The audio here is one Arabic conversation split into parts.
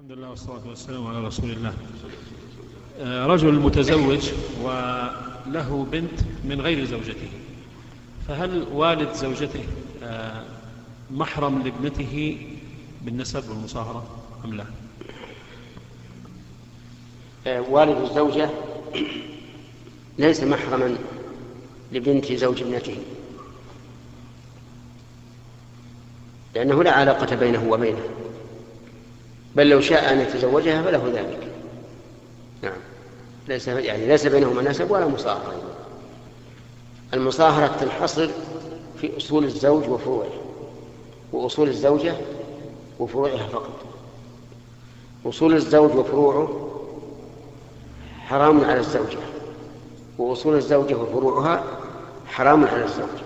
الحمد لله والصلاة والسلام على رسول الله. رجل متزوج وله بنت من غير زوجته، فهل والد زوجته محرم لابنته بالنسب والمصاهرة أم لا؟ والد الزوجة ليس محرما لبنت زوج ابنته، لأنه لا علاقة بينه وبينه، بل لو شاء أن يتزوجها فله ذلك. نعم، ليس بينهما نسب ولا مصاهرة. المصاهرة تنحصر في أصول الزوج وفروعه، وأصول الزوجة وفروعها فقط. أصول الزوج وفروعه حرام على الزوجة، وأصول الزوجة وفروعها حرام على الزوج.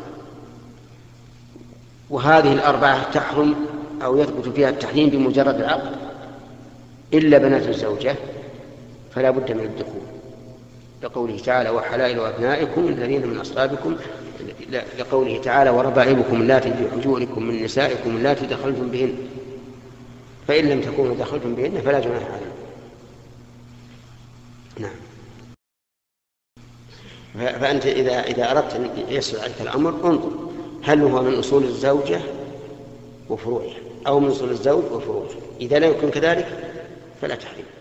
وهذه الأربعة تحرم أو يثبت فيها التحريم بمجرد العقد، إلا بنات الزوجة فلا بد من الدخول، لقوله تعالى وحلائل أبنائكم الذين من أصلابكم، لقوله تعالى وربائبكم اللاتي في حجوركم من نسائكم اللاتي دخلتم بهن، فإن لم تكونوا دخلتم بهن فلا جناح عليكم. نعم. فأنت إذا أردت أن يسر عليك الأمر انظر هل هو من أصول الزوجة وفروعها أو من أصول الزوج وفروعه. إذا لا يكون كذلك فلا تحريم.